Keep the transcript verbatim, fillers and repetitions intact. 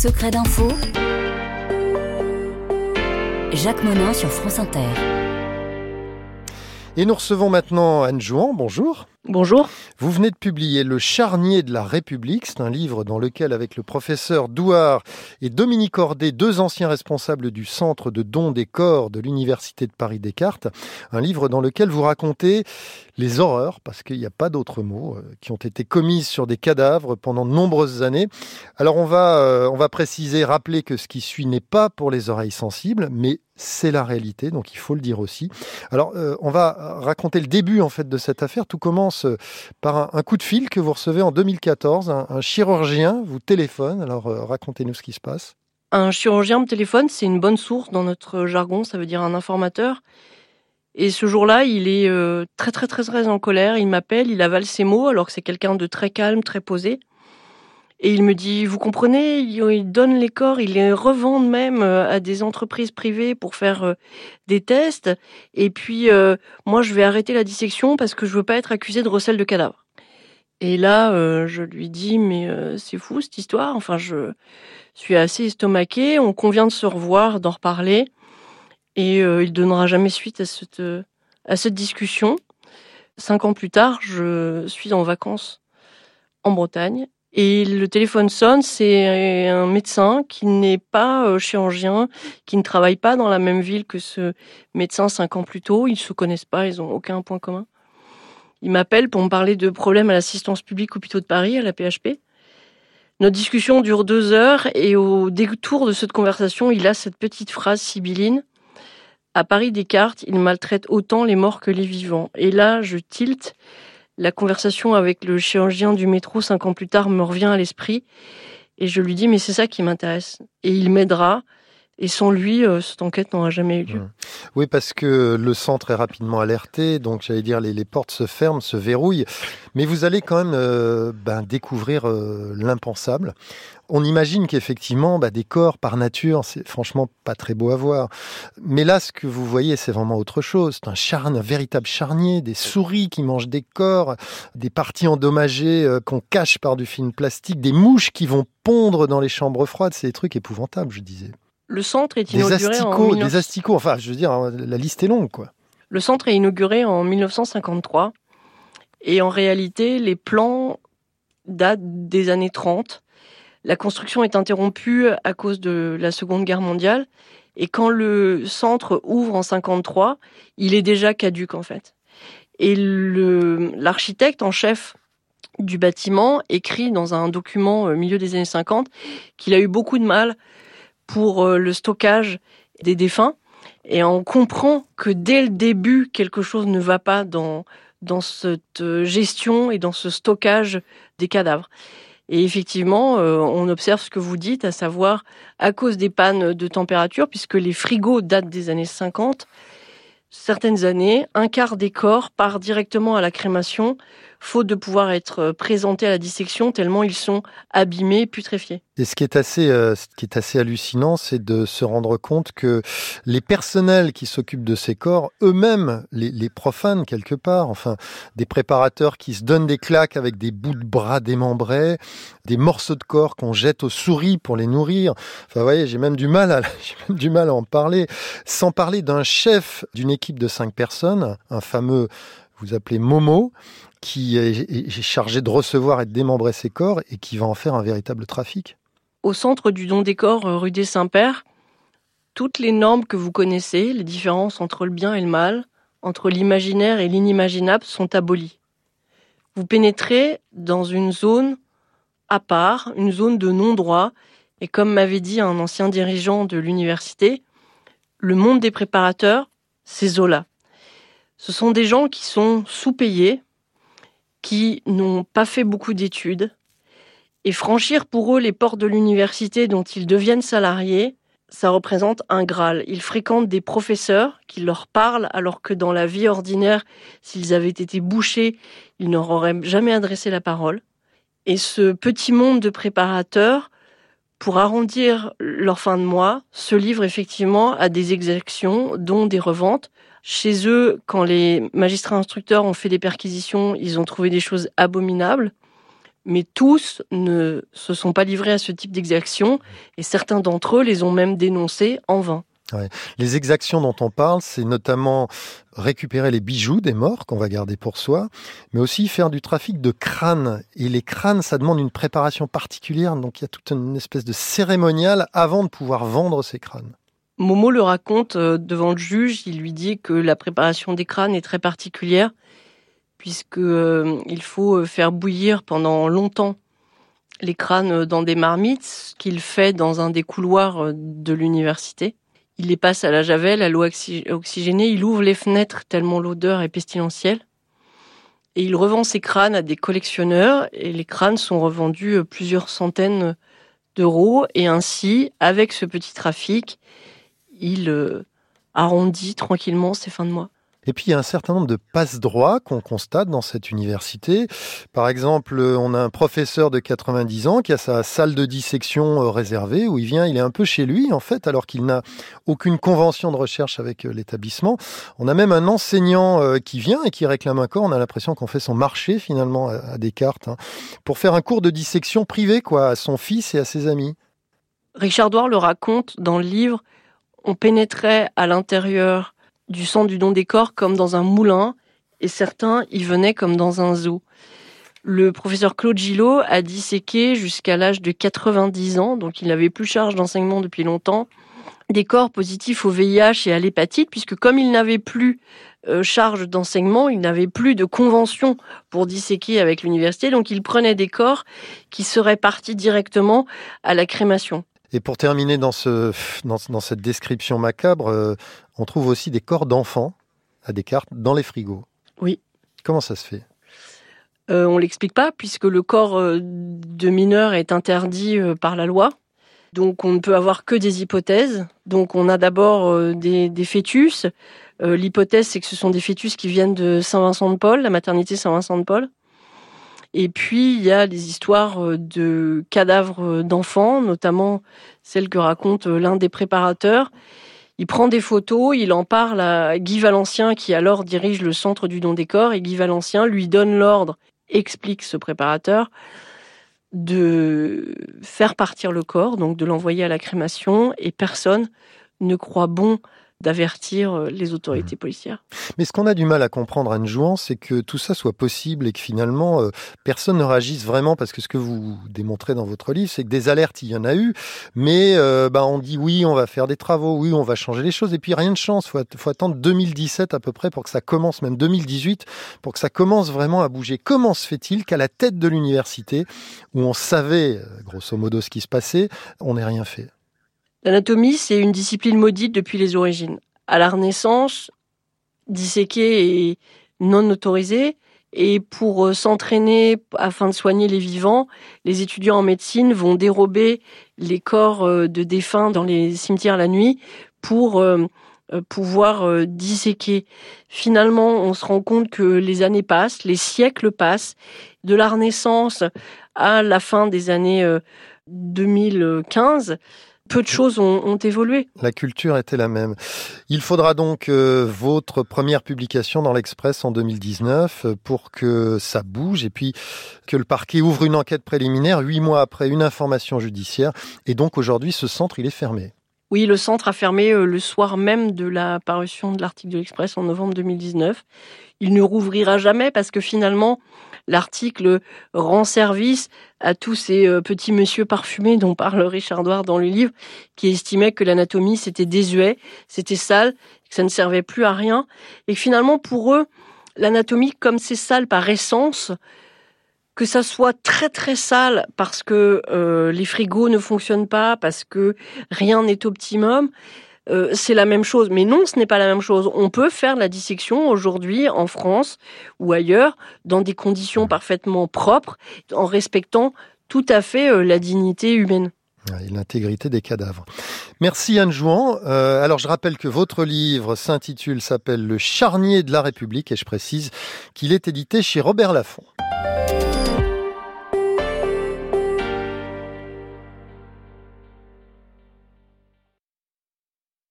Secret d'info, Jacques Monin sur France Inter. Et nous recevons maintenant Anne Jouan, bonjour. Bonjour. Vous venez de publier Le charnier de la République. C'est un livre dans lequel, avec le professeur Douard et Dominique Ordet, deux anciens responsables du Centre de don des corps de l'Université de Paris-Descartes, un livre dans lequel vous racontez les horreurs, parce qu'il n'y a pas d'autre mot, qui ont été commises sur des cadavres pendant de nombreuses années. Alors on va, euh, on va préciser, rappeler que ce qui suit n'est pas pour les oreilles sensibles, mais c'est la réalité, donc il faut le dire aussi. Alors euh, on va raconter le début en fait de cette affaire. Tout commence par un, un coup de fil que vous recevez en deux mille quatorze. Un, un chirurgien vous téléphone. Alors euh, racontez-nous ce qui se passe. Un chirurgien me téléphone, c'est une bonne source dans notre jargon, ça veut dire un informateur. Et ce jour-là, il est euh, très très très très en colère. Il m'appelle, il avale ses mots alors que c'est quelqu'un de très calme, très posé. Et il me dit, vous comprenez, il donne les corps, il les revend même à des entreprises privées pour faire des tests. Et puis, euh, moi, je vais arrêter la dissection parce que je veux pas être accusé de recel de cadavres. Et là, euh, je lui dis, mais euh, c'est fou cette histoire. Enfin, je suis assez estomaquée. On convient de se revoir, d'en reparler. Et euh, il donnera jamais suite à cette, à cette discussion. Cinq ans plus tard, je suis en vacances en Bretagne. Et le téléphone sonne, c'est un médecin qui n'est pas chirurgien, qui ne travaille pas dans la même ville que ce médecin cinq ans plus tôt. Ils se connaissent pas, ils ont aucun point commun. Il m'appelle pour me parler de problèmes à l'assistance publique hôpitaux de Paris, à la P H P. Notre discussion dure deux heures et au détour de cette conversation, il a cette petite phrase sibylline. À Paris-Descartes, ils maltraitent autant les morts que les vivants. Et là, je tilte. La conversation avec le chirurgien du métro cinq ans plus tard me revient à l'esprit et je lui dis mais c'est ça qui m'intéresse et il m'aidera et sans lui euh, cette enquête n'aura jamais eu lieu. Mmh. Oui, parce que le centre est rapidement alerté, donc j'allais dire les, les portes se ferment, se verrouillent, mais vous allez quand même euh, ben, découvrir euh, l'impensable. On imagine qu'effectivement, bah, des corps par nature, c'est franchement pas très beau à voir. Mais là, ce que vous voyez, c'est vraiment autre chose. C'est un charnier, un véritable charnier, des souris qui mangent des corps, des parties endommagées euh, qu'on cache par du film plastique, des mouches qui vont pondre dans les chambres froides. C'est des trucs épouvantables, je disais. Le centre est des inauguré asticots, en... mille neuf cents Des asticots, enfin, je veux dire, la liste est longue, quoi. Le centre est inauguré en mille neuf cent cinquante-trois et en réalité, les plans datent des années trente. La construction est interrompue à cause de la Seconde Guerre mondiale. Et quand le centre ouvre en cinquante-trois, il est déjà caduc, en fait. Et le, l'architecte en chef du bâtiment écrit dans un document au milieu des années cinquante qu'il a eu beaucoup de mal pour le stockage des défunts. Et on comprend que dès le début, quelque chose ne va pas dans, dans cette gestion et dans ce stockage des cadavres. Et effectivement, euh, on observe ce que vous dites, à savoir à cause des pannes de température, puisque les frigos datent des années cinquante, certaines années, un quart des corps part directement à la crémation, faute de pouvoir être présentés à la dissection, tellement ils sont abîmés, putréfiés. Et ce qui est assez, euh, ce qui est assez hallucinant, c'est de se rendre compte que les personnels qui s'occupent de ces corps, eux-mêmes, les, les profanent quelque part, enfin, des préparateurs qui se donnent des claques avec des bouts de bras démembrés, des morceaux de corps qu'on jette aux souris pour les nourrir. Enfin, vous voyez, j'ai même du mal à, j'ai même du mal à en parler. Sans parler d'un chef d'une équipe de cinq personnes, un fameux, vous appelez Momo, qui est chargé de recevoir et de démembrer ces corps et qui va en faire un véritable trafic. Au centre du don des corps, rue des Saints-Pères, toutes les normes que vous connaissez, les différences entre le bien et le mal, entre l'imaginaire et l'inimaginable sont abolies. Vous pénétrez dans une zone à part, une zone de non-droit, et comme m'avait dit un ancien dirigeant de l'université, le monde des préparateurs, c'est Zola. Ce sont des gens qui sont sous-payés, qui n'ont pas fait beaucoup d'études, et franchir pour eux les portes de l'université dont ils deviennent salariés, ça représente un Graal. Ils fréquentent des professeurs qui leur parlent, alors que dans la vie ordinaire, s'ils avaient été bouchés, ils n'leur auraient jamais adressé la parole. Et ce petit monde de préparateurs, pour arrondir leur fin de mois, se livrent effectivement à des exactions, dont des reventes. Chez eux, quand les magistrats instructeurs ont fait des perquisitions, ils ont trouvé des choses abominables. Mais tous ne se sont pas livrés à ce type d'exactions et certains d'entre eux les ont même dénoncés en vain. Ouais. Les exactions dont on parle, c'est notamment récupérer les bijoux des morts qu'on va garder pour soi, mais aussi faire du trafic de crânes. Et les crânes, ça demande une préparation particulière, donc il y a toute une espèce de cérémonial avant de pouvoir vendre ces crânes. Momo le raconte devant le juge, il lui dit que la préparation des crânes est très particulière, puisqu'il euh, faut faire bouillir pendant longtemps les crânes dans des marmites, ce qu'il fait dans un des couloirs de l'université. Il les passe à la javel, à l'eau oxygénée, il ouvre les fenêtres tellement l'odeur est pestilentielle. Et il revend ses crânes à des collectionneurs et les crânes sont revendus plusieurs centaines d'euros. Et ainsi, avec ce petit trafic, il euh, arrondit tranquillement ses fins de mois. Et puis, il y a un certain nombre de passe-droits qu'on constate dans cette université. Par exemple, on a un professeur de quatre-vingt-dix ans qui a sa salle de dissection réservée, où il vient, il est un peu chez lui, en fait, alors qu'il n'a aucune convention de recherche avec l'établissement. On a même un enseignant qui vient et qui réclame un corps. On a l'impression qu'on fait son marché, finalement, à Descartes, hein, pour faire un cours de dissection privé, quoi, à son fils et à ses amis. Richard Douar le raconte dans le livre. On pénétrait à l'intérieur du centre du don des corps comme dans un moulin, et certains y venaient comme dans un zoo. Le professeur Claude Gillot a disséqué jusqu'à l'âge de quatre-vingt-dix ans, donc il n'avait plus charge d'enseignement depuis longtemps, des corps positifs au V I H et à l'hépatite, puisque comme il n'avait plus euh, charge d'enseignement, il n'avait plus de convention pour disséquer avec l'université, donc il prenait des corps qui seraient partis directement à la crémation. Et pour terminer dans, ce, dans, dans cette description macabre, euh, on trouve aussi des corps d'enfants à Descartes dans les frigos. Oui. Comment ça se fait ? euh, On ne l'explique pas, puisque le corps euh, de mineur est interdit euh, par la loi. Donc on ne peut avoir que des hypothèses. Donc on a d'abord euh, des, des fœtus. Euh, l'hypothèse, c'est que ce sont des fœtus qui viennent de Saint-Vincent-de-Paul, la maternité Saint-Vincent-de-Paul. Et puis, il y a des histoires de cadavres d'enfants, notamment celle que raconte l'un des préparateurs. Il prend des photos, il en parle à Guy Valencien, qui alors dirige le centre du don des corps, et Guy Valencien lui donne l'ordre, explique ce préparateur, de faire partir le corps, donc de l'envoyer à la crémation, et personne ne croit bon d'avertir les autorités policières. Mais ce qu'on a du mal à comprendre, Anne Jouan, c'est que tout ça soit possible et que finalement, euh, personne ne réagisse vraiment, parce que ce que vous démontrez dans votre livre, c'est que des alertes, il y en a eu, mais euh, bah, on dit oui, on va faire des travaux, oui, on va changer les choses, et puis rien de chance, il faut, faut attendre deux mille dix-sept à peu près pour que ça commence, même deux mille dix-huit, pour que ça commence vraiment à bouger. Comment se fait-il qu'à la tête de l'université, où on savait, grosso modo, ce qui se passait, on n'ait rien fait ? L'anatomie, c'est une discipline maudite depuis les origines. À la Renaissance, disséquer est non autorisé, et pour s'entraîner afin de soigner les vivants, les étudiants en médecine vont dérober les corps de défunts dans les cimetières la nuit pour pouvoir disséquer. Finalement, on se rend compte que les années passent, les siècles passent, de la Renaissance à la fin des années deux mille quinze, peu de choses ont, ont évolué. La culture était la même. Il faudra donc euh, votre première publication dans l'Express en deux mille dix-neuf pour que ça bouge et puis que le parquet ouvre une enquête préliminaire huit mois après une information judiciaire. Et donc aujourd'hui, ce centre, il est fermé. Oui, le centre a fermé euh, le soir même de la parution de l'article de l'Express en novembre deux mille dix-neuf. Il ne rouvrira jamais parce que finalement, l'article rend service à tous ces euh, petits messieurs parfumés dont parle Richard Douar dans le livre, qui estimaient que l'anatomie c'était désuet, c'était sale, que ça ne servait plus à rien. Et finalement, pour eux, l'anatomie, comme c'est sale par essence, que ça soit très très sale parce que euh, les frigos ne fonctionnent pas, parce que rien n'est optimum, euh, c'est la même chose. Mais non, ce n'est pas la même chose. On peut faire de la dissection aujourd'hui en France ou ailleurs dans des conditions parfaitement propres, en respectant tout à fait euh, la dignité humaine. Et l'intégrité des cadavres. Merci Anne Jouan. Euh, alors je rappelle que votre livre s'intitule, s'appelle Le Charnier de la République, et je précise qu'il est édité chez Robert Laffont.